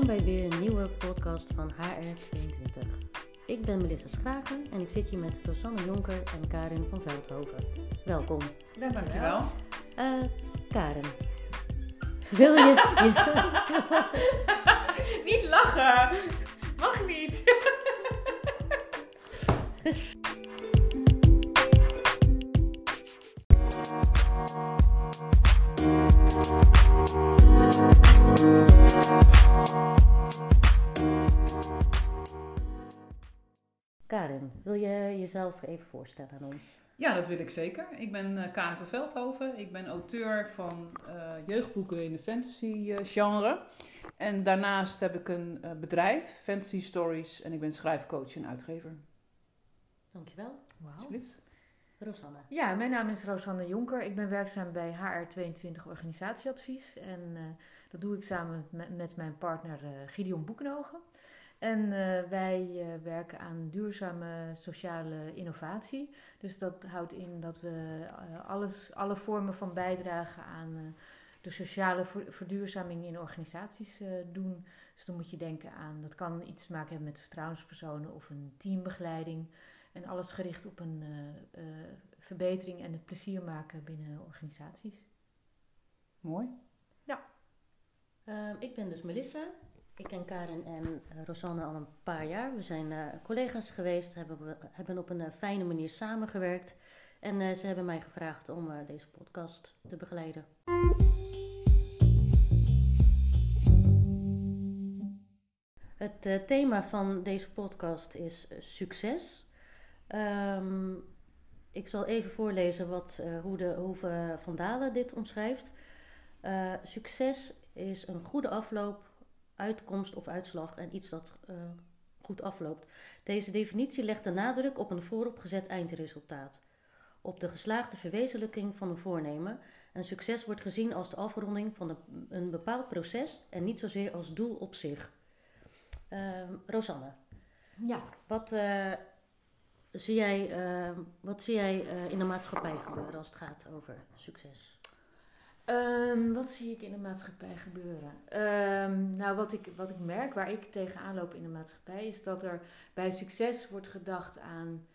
Welkom bij weer een nieuwe podcast van HR22. Ik ben Melissa Schragen en ik zit hier met Rosanne Jonker en Karin van Veldhoven. Welkom. Dankjewel. Karen, wil je... Niet lachen! Mag niet! Karen, wil je jezelf even voorstellen aan ons? Ja, dat wil ik zeker. Ik ben Karin van Veldhoven. Ik ben auteur van jeugdboeken in de fantasy genre. En daarnaast heb ik een bedrijf, Fantasy Stories. En ik ben schrijfcoach en uitgever. Dankjewel. Alsjeblieft. Rosanne. Ja, mijn naam is Rosanne Jonker. Ik ben werkzaam bij HR22 Organisatieadvies. En dat doe ik samen met mijn partner Gideon Boekenogen. En wij werken aan duurzame sociale innovatie. Dus dat houdt in dat we alle vormen van bijdrage aan de sociale verduurzaming in organisaties doen. Dus dan moet je denken aan, dat kan iets te maken hebben met vertrouwenspersonen of een teambegeleiding. En alles gericht op een verbetering en het plezier maken binnen organisaties. Mooi. Ja. Ik ben dus Melissa. Ik ken Karin en Rosanne al een paar jaar. We zijn collega's geweest, hebben op een fijne manier samengewerkt. En ze hebben mij gevraagd om deze podcast te begeleiden. Het thema van deze podcast is succes. Ik zal even voorlezen hoe Van Dalen dit omschrijft. Succes is een goede afloop, uitkomst of uitslag en iets dat goed afloopt. Deze definitie legt de nadruk op een vooropgezet eindresultaat. Op de geslaagde verwezenlijking van een voornemen. En succes wordt gezien als de afronding van een bepaald proces en niet zozeer als doel op zich. Rosanne, Ja. wat zie jij in de maatschappij gebeuren als het gaat over succes? Wat zie ik in de maatschappij gebeuren? Nou, wat ik merk, waar ik tegenaan loop in de maatschappij, is dat er bij succes wordt gedacht aan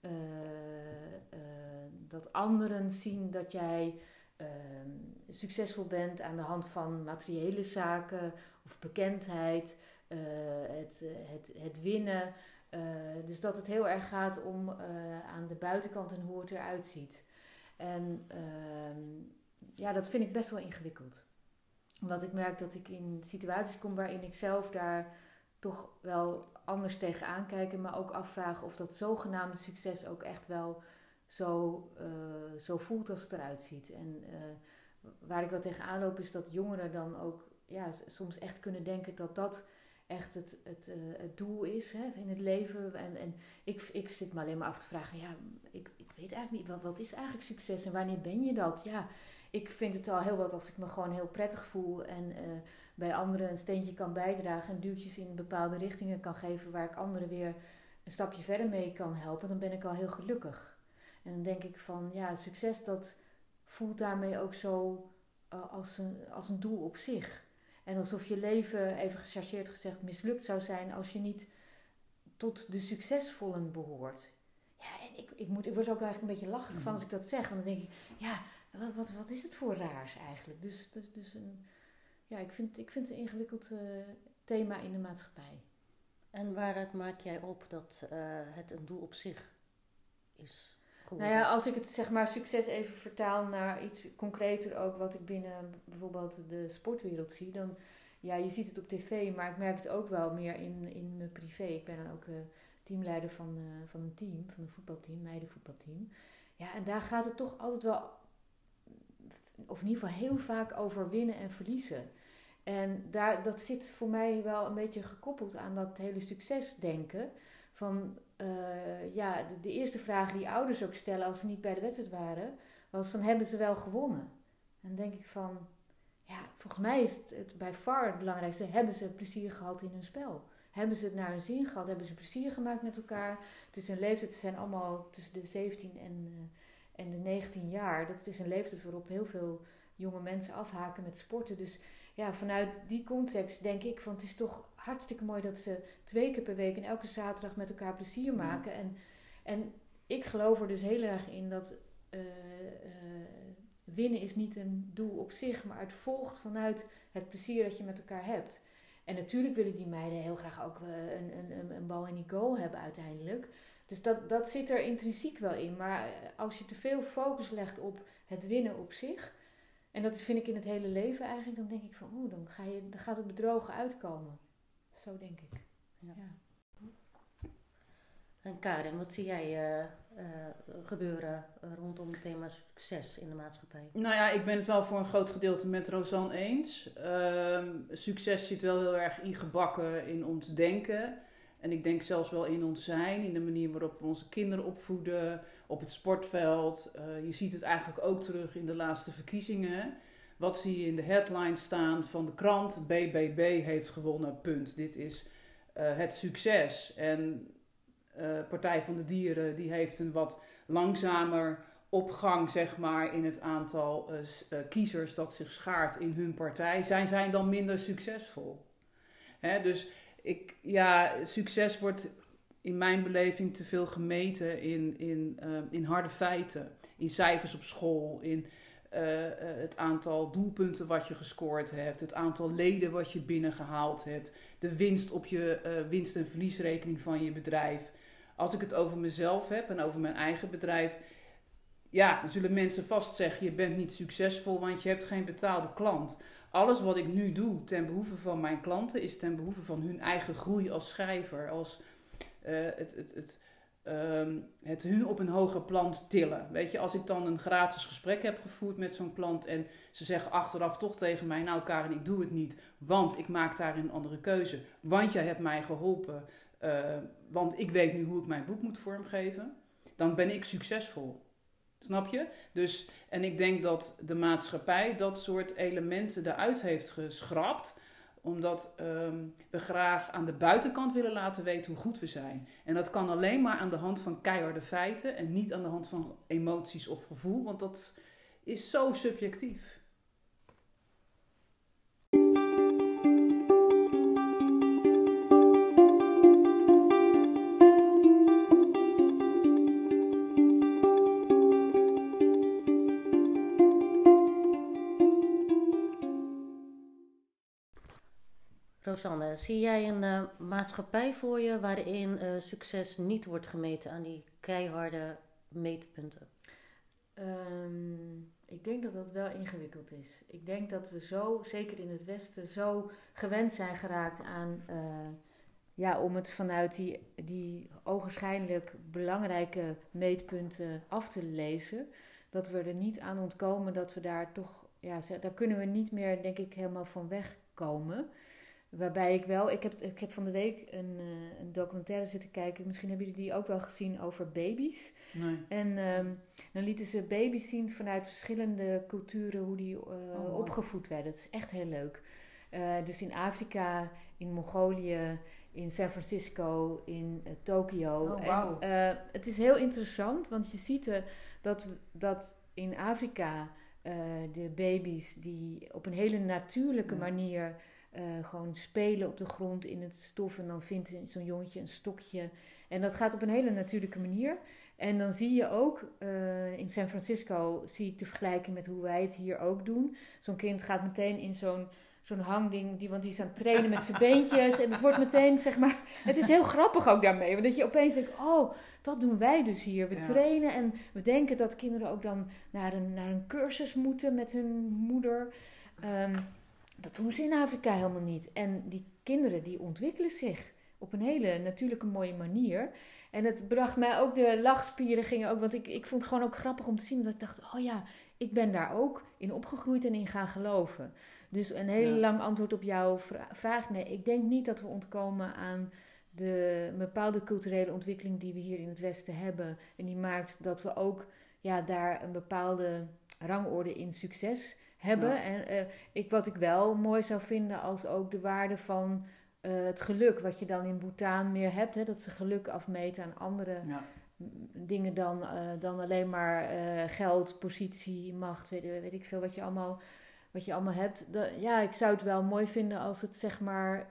dat anderen zien dat jij succesvol bent aan de hand van materiële zaken of bekendheid, het winnen. Dus dat het heel erg gaat om aan de buitenkant en hoe het eruit ziet. En ja, dat vind ik best wel ingewikkeld. Omdat ik merk dat ik in situaties kom waarin ik zelf daar toch wel anders tegenaan kijk. En me ook afvraag of dat zogenaamde succes ook echt wel zo voelt als het eruit ziet. En waar ik wel tegenaan loop is dat jongeren dan ook soms echt kunnen denken dat dat echt het doel is, hè, in het leven. En ik zit me alleen maar af te vragen, ik weet eigenlijk niet, wat is eigenlijk succes en wanneer ben je dat? Ja, ik vind het al heel wat als ik me gewoon heel prettig voel en bij anderen een steentje kan bijdragen en duwtjes in bepaalde richtingen kan geven waar ik anderen weer een stapje verder mee kan helpen, dan ben ik al heel gelukkig. En dan denk ik van, succes dat voelt daarmee ook zo als een doel op zich. En alsof je leven, even gechargeerd gezegd, mislukt zou zijn als je niet tot de succesvollen behoort. Ja, en ik word ook eigenlijk een beetje lacherig van als ik dat zeg. Want dan denk ik, wat is het voor raars eigenlijk? Dus ik vind het een ingewikkeld thema in de maatschappij. En waaruit maak jij op dat het een doel op zich is? Nou ja, als ik het zeg maar succes even vertaal naar iets concreter ook wat ik binnen bijvoorbeeld de sportwereld zie, dan je ziet het op tv, maar ik merk het ook wel meer in mijn privé. Ik ben dan ook teamleider van een team, van een voetbalteam, meidenvoetbalteam. Ja, en daar gaat het toch altijd wel, of in ieder geval heel vaak over winnen en verliezen. En dat zit voor mij wel een beetje gekoppeld aan dat hele succesdenken. Van de eerste vraag die ouders ook stellen als ze niet bij de wedstrijd waren, was van, hebben ze wel gewonnen? En dan denk ik van, volgens mij is het bij far het belangrijkste, hebben ze plezier gehad in hun spel? Hebben ze het naar hun zin gehad? Hebben ze plezier gemaakt met elkaar? Het is een leeftijd, ze zijn allemaal tussen de 17 en de 19 jaar. Dat is een leeftijd waarop heel veel jonge mensen afhaken met sporten. Dus ja, vanuit die context denk ik van het is toch hartstikke mooi dat ze 2 keer per week en elke zaterdag met elkaar plezier maken. En ik geloof er dus heel erg in dat winnen is niet een doel op zich, maar het volgt vanuit het plezier dat je met elkaar hebt. En natuurlijk willen die meiden heel graag ook een bal in die goal hebben uiteindelijk. Dus dat zit er intrinsiek wel in. Maar als je te veel focus legt op het winnen op zich, en dat vind ik in het hele leven eigenlijk, dan denk ik van, dan gaat het bedrogen uitkomen. Zo denk ik. Ja. En Karin, wat zie jij gebeuren rondom het thema succes in de maatschappij? Nou ja, ik ben het wel voor een groot gedeelte met Rosanne eens. Succes zit wel heel erg ingebakken in ons denken. En ik denk zelfs wel in ons zijn, in de manier waarop we onze kinderen opvoeden, op het sportveld. Je ziet het eigenlijk ook terug in de laatste verkiezingen. Wat zie je in de headline staan van de krant? BBB heeft gewonnen, punt. Dit is het succes. En Partij van de Dieren die heeft een wat langzamer opgang, zeg maar, in het aantal kiezers dat zich schaart in hun partij. Zij zijn dan minder succesvol. Hè, dus succes wordt in mijn beleving te veel gemeten in harde feiten. In cijfers op school, in het aantal doelpunten wat je gescoord hebt, het aantal leden wat je binnengehaald hebt, de winst op je winst- en verliesrekening van je bedrijf. Als ik het over mezelf heb en over mijn eigen bedrijf, ja, dan zullen mensen vast zeggen, je bent niet succesvol, want je hebt geen betaalde klant. Alles wat ik nu doe ten behoeve van mijn klanten is ten behoeve van hun eigen groei als schrijver. Als het hun op een hoger plan tillen. Weet je, als ik dan een gratis gesprek heb gevoerd met zo'n klant en ze zeggen achteraf toch tegen mij, nou Karin, ik doe het niet, want ik maak daarin een andere keuze. Want jij hebt mij geholpen, want ik weet nu hoe ik mijn boek moet vormgeven. Dan ben ik succesvol. Snap je? Dus, en ik denk dat de maatschappij dat soort elementen eruit heeft geschrapt, omdat we graag aan de buitenkant willen laten weten hoe goed we zijn. En dat kan alleen maar aan de hand van keiharde feiten en niet aan de hand van emoties of gevoel, want dat is zo subjectief. Rosanne, zie jij een maatschappij voor je waarin succes niet wordt gemeten aan die keiharde meetpunten? Ik denk dat dat wel ingewikkeld is. Ik denk dat we zo, zeker in het Westen, zo gewend zijn geraakt aan, om het vanuit die ogenschijnlijk belangrijke meetpunten af te lezen, dat we er niet aan ontkomen dat we daar toch, daar kunnen we niet meer, denk ik, helemaal van wegkomen. Waarbij ik heb van de week een documentaire zitten kijken. Misschien hebben jullie die ook wel gezien over baby's. Nee. En dan lieten ze baby's zien vanuit verschillende culturen hoe die opgevoed werden. Dat is echt heel leuk. Dus in Afrika, in Mongolië, in San Francisco, in Tokio. Oh, wow. En het is heel interessant, want je ziet dat in Afrika de baby's die op een hele natuurlijke manier gewoon spelen op de grond in het stof. En dan vindt zo'n jongetje een stokje. En dat gaat op een hele natuurlijke manier. En dan zie je ook, in San Francisco zie ik de vergelijking met hoe wij het hier ook doen. Zo'n kind gaat meteen in zo'n hangding, want die is aan het trainen met zijn beentjes. En het wordt meteen, zeg maar, het is heel grappig ook daarmee. Want dat je opeens denkt, oh, dat doen wij dus hier. We trainen en we denken dat kinderen ook dan naar een cursus moeten met hun moeder. Dat doen ze in Afrika helemaal niet. En die kinderen die ontwikkelen zich op een hele natuurlijke mooie manier. En het bracht mij ook, de lachspieren gingen ook, want ik vond het gewoon ook grappig om te zien. Dat ik dacht, oh ja, ik ben daar ook in opgegroeid en in gaan geloven. Dus een hele lang antwoord op jouw vraag. Nee, ik denk niet dat we ontkomen aan de bepaalde culturele ontwikkeling die we hier in het Westen hebben. En die maakt dat we ook daar een bepaalde rangorde in succes hebben. Ja. En wat ik wel mooi zou vinden als ook de waarde van het geluk, wat je dan in Bhutan meer hebt, hè, dat ze geluk afmeten aan andere dingen dan alleen maar geld, positie, macht, weet ik veel wat je allemaal hebt. Ik zou het wel mooi vinden als het zeg maar,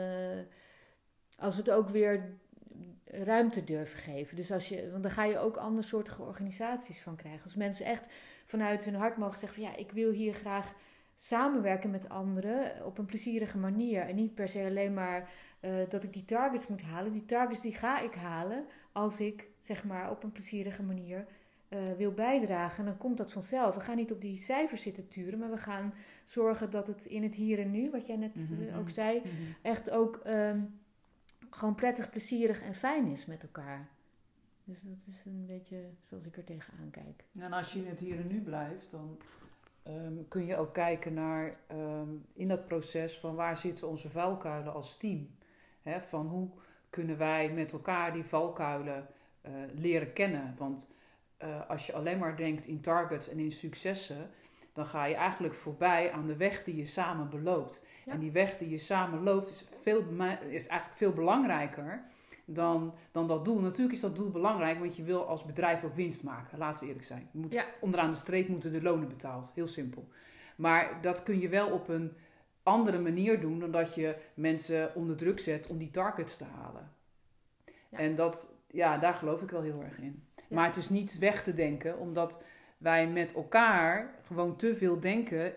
als we het ook weer ruimte durven geven. Dus want dan ga je ook andersoortige organisaties van krijgen. Als mensen echt vanuit hun hart mogen zeggen van ja, ik wil hier graag samenwerken met anderen op een plezierige manier. En niet per se alleen maar dat ik die targets moet halen. Die targets die ga ik halen als ik zeg maar op een plezierige manier wil bijdragen. En dan komt dat vanzelf. We gaan niet op die cijfers zitten turen, maar we gaan zorgen dat het in het hier en nu, wat jij net ook zei, echt ook gewoon prettig, plezierig en fijn is met elkaar. Dus dat is een beetje zoals ik er tegenaan kijk. En als je in het hier en nu blijft, dan kun je ook kijken naar in dat proces van waar zitten onze valkuilen als team. Hè, van hoe kunnen wij met elkaar die valkuilen leren kennen. Want als je alleen maar denkt in targets en in successen, dan ga je eigenlijk voorbij aan de weg die je samen beloopt. Ja. En die weg die je samen loopt is eigenlijk veel belangrijker dan dat doel. Natuurlijk is dat doel belangrijk, want je wil als bedrijf ook winst maken. Laten we eerlijk zijn. Onderaan de streep moeten de lonen betaald. Heel simpel. Maar dat kun je wel op een andere manier doen dan dat je mensen onder druk zet om die targets te halen. Ja. En daar geloof ik wel heel erg in. Ja. Maar het is niet weg te denken, omdat wij met elkaar gewoon te veel denken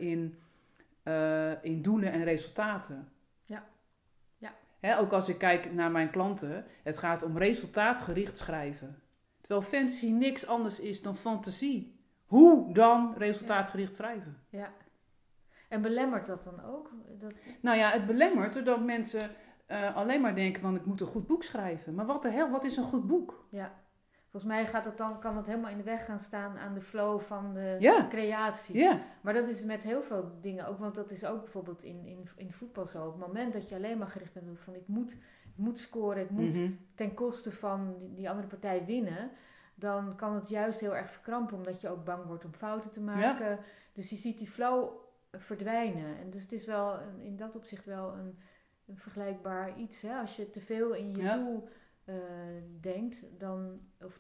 in doelen en resultaten. Ja. Ja. Hè, ook als ik kijk naar mijn klanten, het gaat om resultaatgericht schrijven. Terwijl fantasy niks anders is dan fantasie. Hoe dan resultaatgericht schrijven? Ja. En belemmert dat dan ook? Nou ja, het belemmert doordat mensen alleen maar denken van ik moet een goed boek schrijven. Maar wat is een goed boek? Ja. Volgens mij kan het helemaal in de weg gaan staan aan de flow van de creatie. Yeah. Maar dat is met heel veel dingen ook. Want dat is ook bijvoorbeeld in voetbal zo. Op het moment dat je alleen maar gericht bent op van ik moet scoren. Ik moet ten koste van die andere partij winnen. Dan kan het juist heel erg verkrampen. Omdat je ook bang wordt om fouten te maken. Ja. Dus je ziet die flow verdwijnen. En dus het is wel in dat opzicht wel een vergelijkbaar iets. Hè? Als je te veel in je doel denkt, dan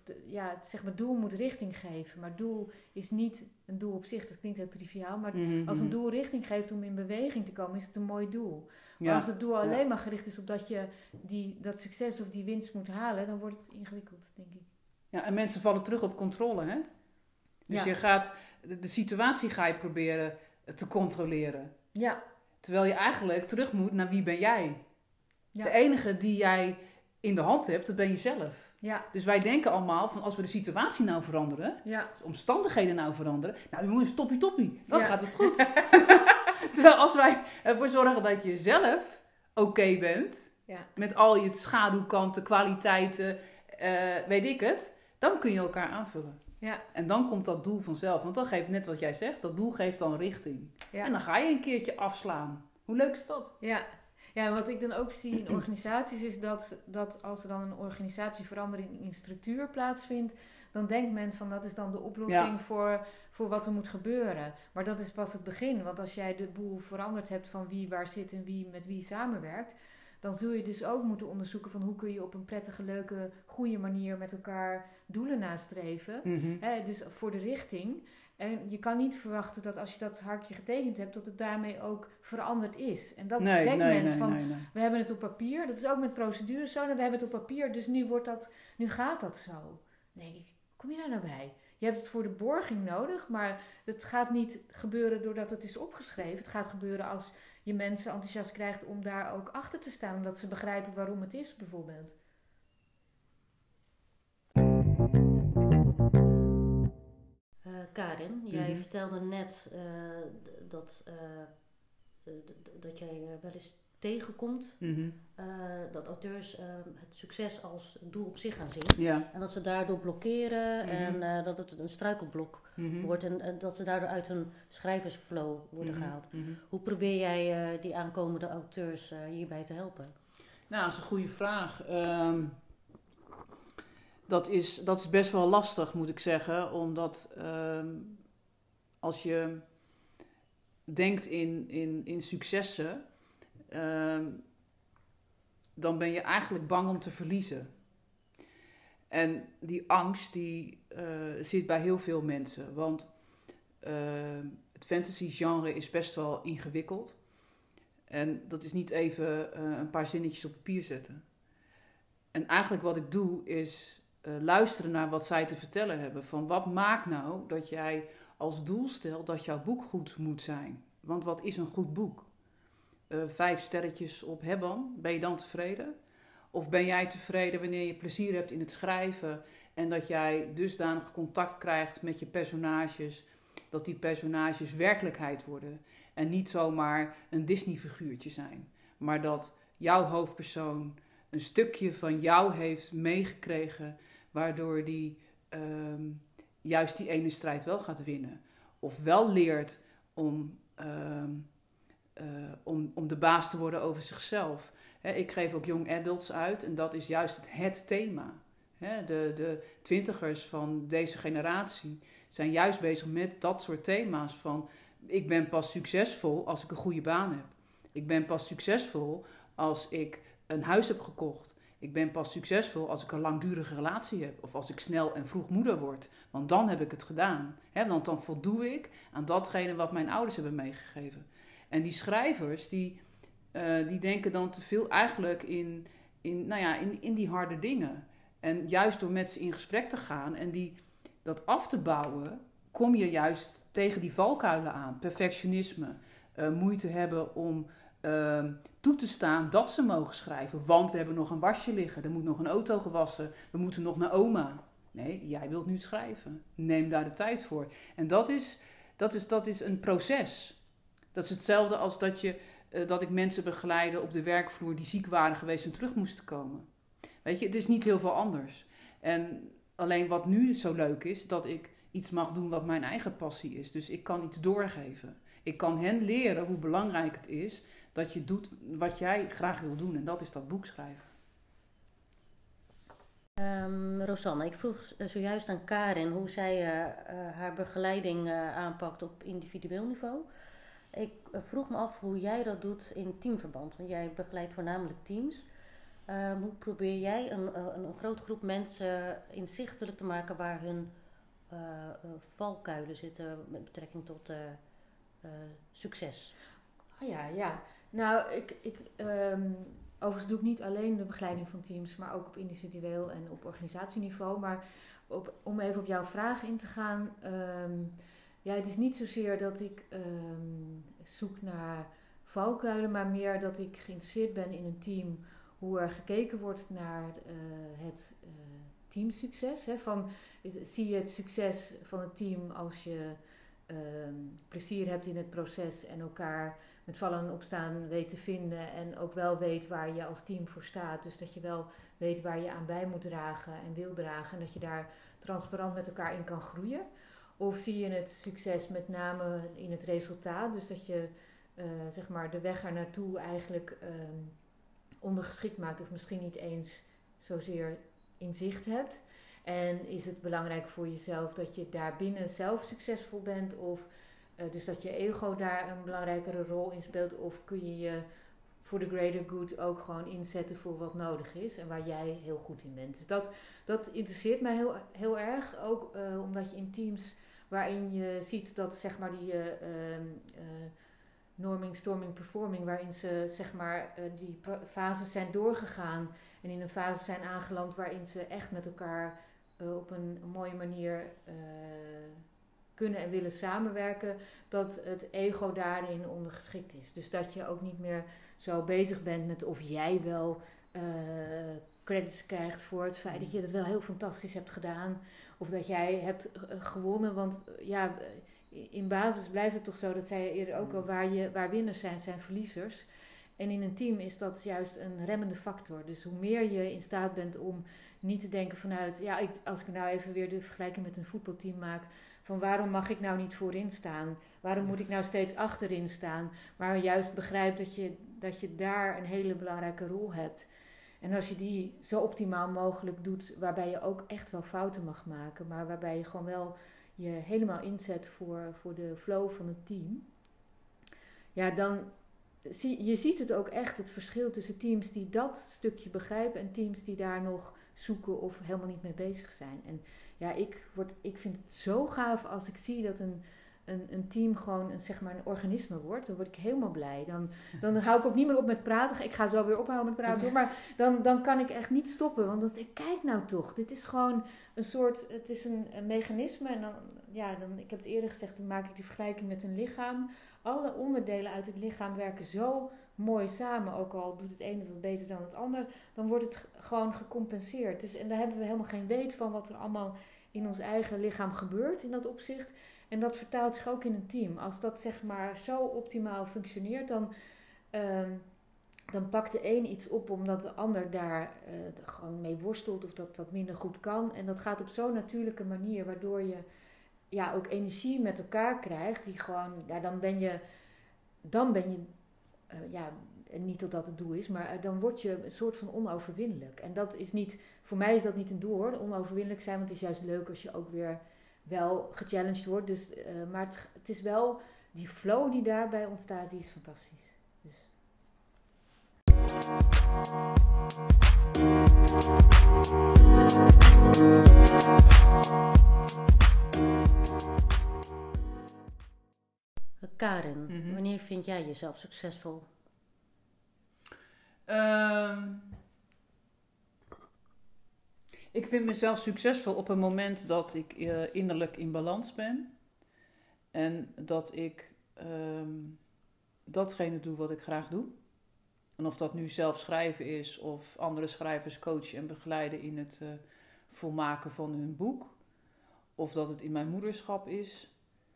zeg maar doel moet richting geven. Maar doel is niet een doel op zich. Dat klinkt heel triviaal. Maar als een doel richting geeft om in beweging te komen, is het een mooi doel. Maar als het doel alleen maar gericht is op dat je dat succes of die winst moet halen, dan wordt het ingewikkeld, denk ik. Ja, en mensen vallen terug op controle, hè? Dus je gaat de situatie ga je proberen te controleren. Ja. Terwijl je eigenlijk terug moet naar wie ben jij? Ja. De enige die jij in de hand hebt, dat ben je zelf. Ja. Dus wij denken allemaal van als we de situatie nou veranderen, de omstandigheden nou veranderen, nou jongens, toppie, dan gaat het goed. Terwijl als wij ervoor zorgen dat je zelf oké bent, met al je schaduwkanten, kwaliteiten, weet ik het, dan kun je elkaar aanvullen. Ja. En dan komt dat doel vanzelf. Want dan geeft net wat jij zegt, dat doel geeft dan richting. Ja. En dan ga je een keertje afslaan. Hoe leuk is dat? Ja. Ja, wat ik dan ook zie in organisaties is dat als er dan een organisatieverandering in structuur plaatsvindt, dan denkt men van dat is dan de oplossing voor wat er moet gebeuren. Maar dat is pas het begin. Want als jij de boel veranderd hebt van wie waar zit en wie met wie samenwerkt, dan zul je dus ook moeten onderzoeken van hoe kun je op een prettige, leuke, goede manier met elkaar doelen nastreven. Dus voor de richting. En je kan niet verwachten dat als je dat hartje getekend hebt, dat het daarmee ook veranderd is. En dat denkt men van, we hebben het op papier. Dat is ook met procedures zo. We hebben het op papier, dus nu gaat dat zo. Dan denk ik, kom je daar nou bij? Je hebt het voor de borging nodig, maar het gaat niet gebeuren doordat het is opgeschreven. Het gaat gebeuren als je mensen enthousiast krijgt om daar ook achter te staan. Omdat ze begrijpen waarom het is, bijvoorbeeld. Karin, jij vertelde net dat jij wel eens tegenkomt dat auteurs het succes als doel op zich gaan zien. Ja. En dat ze daardoor blokkeren en dat het een struikelblok wordt en dat ze daardoor uit hun schrijversflow worden gehaald. Hoe probeer jij die aankomende auteurs hierbij te helpen? Nou, dat is een goede vraag. Dat is best wel lastig, moet ik zeggen. Omdat als je denkt in successen, dan ben je eigenlijk bang om te verliezen. En die angst die zit bij heel veel mensen. Want het fantasy genre is best wel ingewikkeld. En dat is niet even een paar zinnetjes op papier zetten. En eigenlijk wat ik doe is luisteren naar wat zij te vertellen hebben. Van wat maakt nou dat jij als doel stelt dat jouw boek goed moet zijn? Want wat is een goed boek? 5 sterretjes op Hebban, ben je dan tevreden? Of ben jij tevreden wanneer je plezier hebt in het schrijven en dat jij dusdanig contact krijgt met je personages, dat die personages werkelijkheid worden en niet zomaar een Disney-figuurtje zijn, maar dat jouw hoofdpersoon een stukje van jou heeft meegekregen, waardoor die juist die ene strijd wel gaat winnen. Of wel leert om de baas te worden over zichzelf. Ik geef ook young adults uit en dat is juist het thema. De twintigers van deze generatie zijn juist bezig met dat soort thema's van ik ben pas succesvol als ik een goede baan heb. Ik ben pas succesvol als ik een huis heb gekocht. Ik ben pas succesvol als ik een langdurige relatie heb of als ik snel en vroeg moeder word. Want dan heb ik het gedaan. Want dan voldoe ik aan datgene wat mijn ouders hebben meegegeven. En die schrijvers die denken dan te veel eigenlijk in die harde dingen. En juist door met ze in gesprek te gaan en dat af te bouwen, kom je juist tegen die valkuilen aan. Perfectionisme, moeite hebben om toe te staan dat ze mogen schrijven. Want we hebben nog een wasje liggen, er moet nog een auto gewassen, we moeten nog naar oma. Nee, jij wilt nu schrijven. Neem daar de tijd voor. En dat is een proces. Dat is hetzelfde als dat ik mensen begeleide op de werkvloer die ziek waren geweest en terug moesten komen. Weet je, het is niet heel veel anders. En alleen wat nu zo leuk is, dat ik iets mag doen wat mijn eigen passie is. Dus ik kan iets doorgeven. Ik kan hen leren hoe belangrijk het is dat je doet wat jij graag wil doen. En dat is dat boek schrijven. Rosanne, ik vroeg zojuist aan Karin hoe zij haar begeleiding aanpakt op individueel niveau. Ik vroeg me af hoe jij dat doet in teamverband. Want jij begeleidt voornamelijk teams. Hoe probeer jij een grote groep mensen inzichtelijk te maken waar hun valkuilen zitten met betrekking tot succes? Oh ja. Nou, overigens doe ik niet alleen de begeleiding van teams, maar ook op individueel en op organisatieniveau. Maar om even op jouw vraag in te gaan. Het is niet zozeer dat ik zoek naar valkuilen, maar meer dat ik geïnteresseerd ben in een team, hoe er gekeken wordt naar het teamsucces. Zie je het succes van het team als je plezier hebt in het proces en elkaar met vallen en opstaan weet te vinden en ook wel weet waar je als team voor staat. Dus dat je wel weet waar je aan bij moet dragen en wil dragen en dat je daar transparant met elkaar in kan groeien. Of zie je het succes met name in het resultaat, dus dat je de weg er naartoe eigenlijk ondergeschikt maakt of misschien niet eens zozeer in zicht hebt. En is het belangrijk voor jezelf dat je daarbinnen zelf succesvol bent of dus dat je ego daar een belangrijkere rol in speelt of kun je je voor de greater good ook gewoon inzetten voor wat nodig is en waar jij heel goed in bent. Dus dat interesseert mij heel, heel erg, ook omdat je in teams waarin je ziet dat die norming, storming, performing, waarin ze die fases zijn doorgegaan en in een fase zijn aangeland waarin ze echt met elkaar op een mooie manier kunnen en willen samenwerken, dat het ego daarin ondergeschikt is. Dus dat je ook niet meer zo bezig bent met of jij wel credits krijgt voor het feit dat je het wel heel fantastisch hebt gedaan of dat jij hebt gewonnen, want in basis blijft het toch zo, dat zei je eerder ook al, waar winnaars zijn verliezers. En in een team is dat juist een remmende factor. Dus hoe meer je in staat bent om niet te denken vanuit, als ik nou even weer de vergelijking met een voetbalteam maak, van waarom mag ik nou niet voorin staan? Waarom moet ik nou steeds achterin staan? Maar juist begrijpt dat je daar een hele belangrijke rol hebt. En als je die zo optimaal mogelijk doet, waarbij je ook echt wel fouten mag maken, maar waarbij je gewoon wel je helemaal inzet voor de flow van het team. Ja, dan je ziet het ook echt, het verschil tussen teams die dat stukje begrijpen en teams die daar nog zoeken of helemaal niet mee bezig zijn. En ja, ik vind het zo gaaf als ik zie dat een team gewoon zeg maar een organisme wordt. Dan word ik helemaal blij. Dan hou ik ook niet meer op met praten. Ik ga zo weer ophouden met praten hoor. Maar dan kan ik echt niet stoppen. Want ik kijk nou toch. Dit is gewoon een soort, het is een mechanisme. En dan, ik heb het eerder gezegd, dan maak ik die vergelijking met een lichaam. Alle onderdelen uit het lichaam werken zo mooi samen. Ook al doet het een het wat beter dan het ander. Dan wordt het gewoon gecompenseerd. Dus, en daar hebben we helemaal geen weet van wat er allemaal in ons eigen lichaam gebeurt in dat opzicht. En dat vertaalt zich ook in een team. Als dat zeg maar zo optimaal functioneert, dan pakt de een iets op omdat de ander daar gewoon mee worstelt of dat wat minder goed kan. En dat gaat op zo'n natuurlijke manier, waardoor je ook energie met elkaar krijgt. Die gewoon, dan ben je en niet dat dat het doel is, maar dan word je een soort van onoverwinnelijk. En dat is niet, voor mij is dat niet een doel hoor, onoverwinnelijk zijn, want het is juist leuk als je ook weer wel gechallenged wordt. Dus, maar het is wel, die flow die daarbij ontstaat, die is fantastisch. Dus. Karen, wanneer vind jij jezelf succesvol? Ik vind mezelf succesvol op een moment dat ik innerlijk in balans ben. En dat ik datgene doe wat ik graag doe. En of dat nu zelf schrijven is of andere schrijvers coachen en begeleiden in het volmaken van hun boek. Of dat het in mijn moederschap is.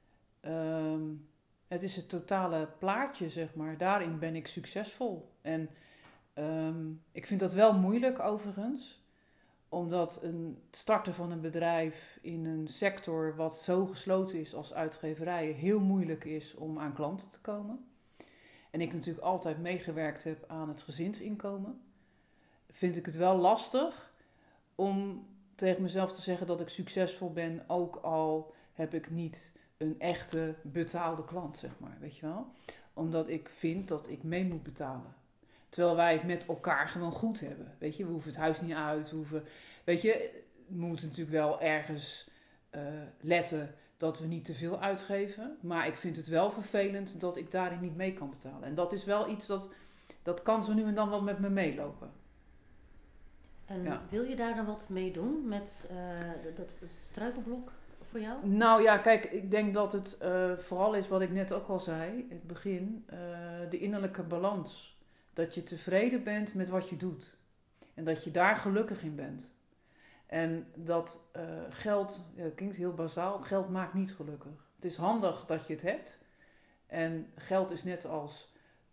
Het is het totale plaatje, zeg maar. Daarin ben ik succesvol. En ik vind dat wel moeilijk overigens. Omdat het starten van een bedrijf in een sector wat zo gesloten is als uitgeverijen heel moeilijk is om aan klanten te komen. En ik natuurlijk altijd meegewerkt heb aan het gezinsinkomen. Vind ik het wel lastig om tegen mezelf te zeggen dat ik succesvol ben, ook al heb ik niet een echte betaalde klant, zeg maar, weet je wel. Omdat ik vind dat ik mee moet betalen. Terwijl wij het met elkaar gewoon goed hebben. Weet je, we hoeven het huis niet uit. Weet je, we moeten natuurlijk wel ergens letten dat we niet te veel uitgeven. Maar ik vind het wel vervelend dat ik daarin niet mee kan betalen. En dat is wel iets dat kan zo nu en dan wel met me meelopen. En wil je daar dan wat mee doen met dat struikelblok voor jou? Nou ja, kijk, ik denk dat het vooral is wat ik net ook al zei. Het begin, de innerlijke balans. Dat je tevreden bent met wat je doet. En dat je daar gelukkig in bent. En dat geld, dat klinkt heel bazaal, geld maakt niet gelukkig. Het is handig dat je het hebt. En geld is net als,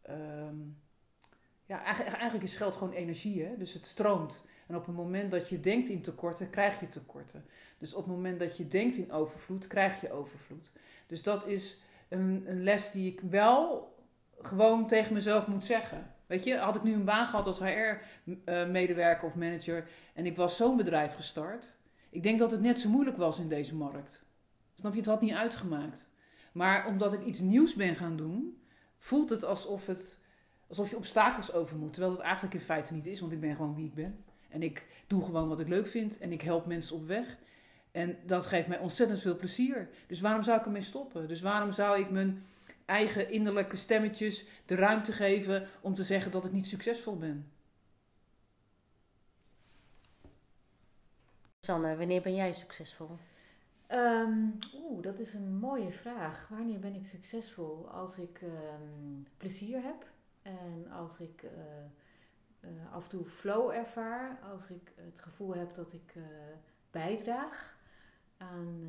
eigenlijk is geld gewoon energie, hè? Dus het stroomt. En op het moment dat je denkt in tekorten, krijg je tekorten. Dus op het moment dat je denkt in overvloed, krijg je overvloed. Dus dat is een les die ik wel gewoon tegen mezelf moet zeggen. Weet je, had ik nu een baan gehad als HR-medewerker of manager en ik was zo'n bedrijf gestart. Ik denk dat het net zo moeilijk was in deze markt. Snap je, het had niet uitgemaakt. Maar omdat ik iets nieuws ben gaan doen, voelt het alsof je obstakels over moet. Terwijl het eigenlijk in feite niet is, want ik ben gewoon wie ik ben. En ik doe gewoon wat ik leuk vind en ik help mensen op weg. En dat geeft mij ontzettend veel plezier. Dus waarom zou ik ermee stoppen? Dus waarom zou ik mijn eigen innerlijke stemmetjes de ruimte geven om te zeggen dat ik niet succesvol ben? Sanne, wanneer ben jij succesvol? Dat is een mooie vraag. Wanneer ben ik succesvol? Als ik plezier heb en als ik af en toe flow ervaar, als ik het gevoel heb dat ik bijdraag aan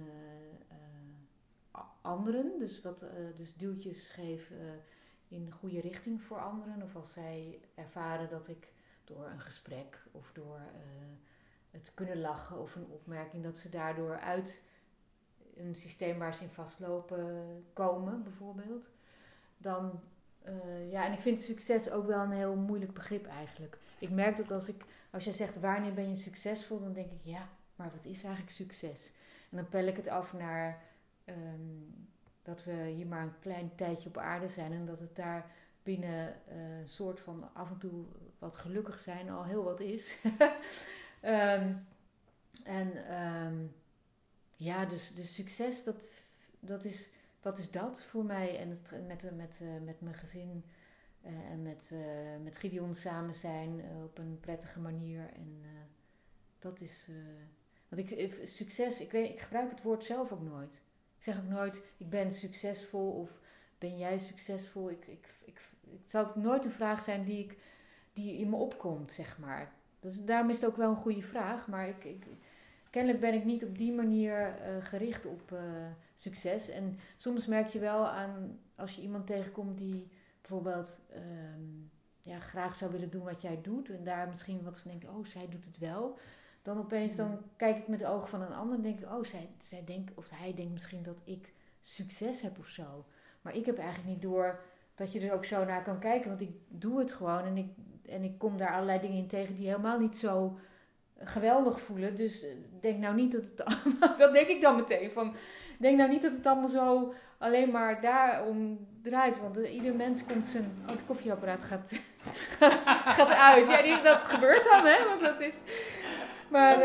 anderen, dus duwtjes geef in de goede richting voor anderen, of als zij ervaren dat ik door een gesprek of door het kunnen lachen of een opmerking, dat ze daardoor uit een systeem waar ze in vastlopen komen, bijvoorbeeld. Dan, en ik vind succes ook wel een heel moeilijk begrip eigenlijk. Ik merk dat als jij zegt wanneer ben je succesvol, dan denk ik ja, maar wat is eigenlijk succes? En dan pel ik het af naar dat we hier maar een klein tijdje op aarde zijn en dat het daar binnen een soort van af en toe wat gelukkig zijn al heel wat is. Dus succes, dat is dat voor mij. En met mijn gezin en met Gideon samen zijn op een prettige manier. En dat is... want succes, ik gebruik het woord zelf ook nooit. Ik zeg ook nooit, ik ben succesvol of ben jij succesvol. Het zal ook nooit een vraag zijn die in me opkomt, zeg maar. Dus daarom is het ook wel een goede vraag, maar kennelijk ben ik niet op die manier gericht op succes. En soms merk je wel aan, als je iemand tegenkomt die bijvoorbeeld graag zou willen doen wat jij doet. En daar misschien wat van denkt, oh, zij doet het wel. Dan opeens dan kijk ik met de ogen van een ander en denk ik, oh, zij denkt, of hij denkt misschien dat ik succes heb of zo. Maar ik heb eigenlijk niet door dat je er ook zo naar kan kijken. Want ik doe het gewoon en ik kom daar allerlei dingen in tegen die helemaal niet zo geweldig voelen. Dus denk nou niet dat het allemaal, dat denk ik dan meteen van, denk nou niet dat het allemaal zo alleen maar daarom draait. Want ieder mens komt zijn, het koffieapparaat gaat uit. Ja, dat gebeurt dan, hè, want dat is... Maar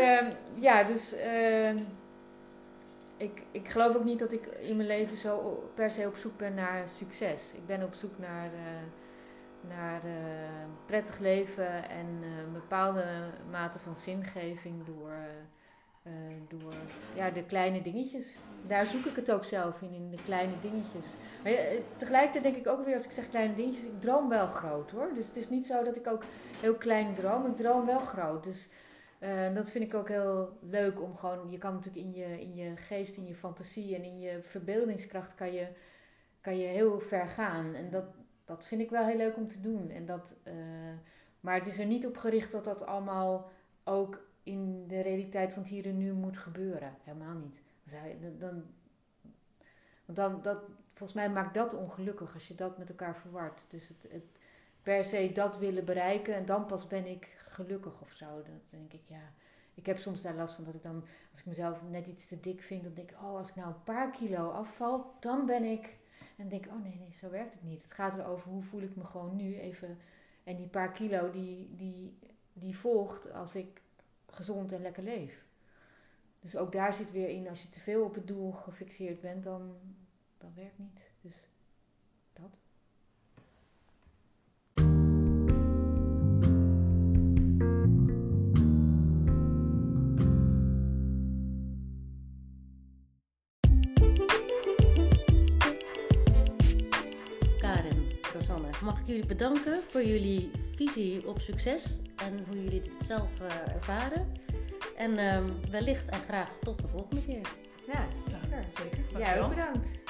ik geloof ook niet dat ik in mijn leven zo per se op zoek ben naar succes. Ik ben op zoek naar prettig leven en een bepaalde mate van zingeving door de kleine dingetjes. Daar zoek ik het ook zelf in de kleine dingetjes. Maar tegelijkertijd denk ik ook weer, als ik zeg kleine dingetjes, ik droom wel groot hoor. Dus het is niet zo dat ik ook heel klein droom, ik droom wel groot. Dus dat vind ik ook heel leuk om gewoon, je kan natuurlijk in je geest, in je fantasie en in je verbeeldingskracht kan je heel ver gaan. En dat vind ik wel heel leuk om te doen. En maar het is er niet op gericht dat dat allemaal ook in de realiteit van het hier en nu moet gebeuren. Helemaal niet. Volgens mij maakt dat ongelukkig als je dat met elkaar verwart. Dus het per se dat willen bereiken en dan pas ben ik gelukkig of zo. Dat denk ik, ja. Ik heb soms daar last van dat ik dan, als ik mezelf net iets te dik vind, dan denk ik, oh, als ik nou een paar kilo afval, dan ben ik... En dan denk ik, oh nee, zo werkt het niet. Het gaat erover, hoe voel ik me gewoon nu even. En die paar kilo, die volgt als ik gezond en lekker leef. Dus ook daar zit weer in, als je te veel op het doel gefixeerd bent, dan werkt niet. Dus dat. Mag ik jullie bedanken voor jullie visie op succes en hoe jullie dit zelf ervaren. En wellicht en graag tot de volgende keer. Ja, zeker. Jij ook bedankt.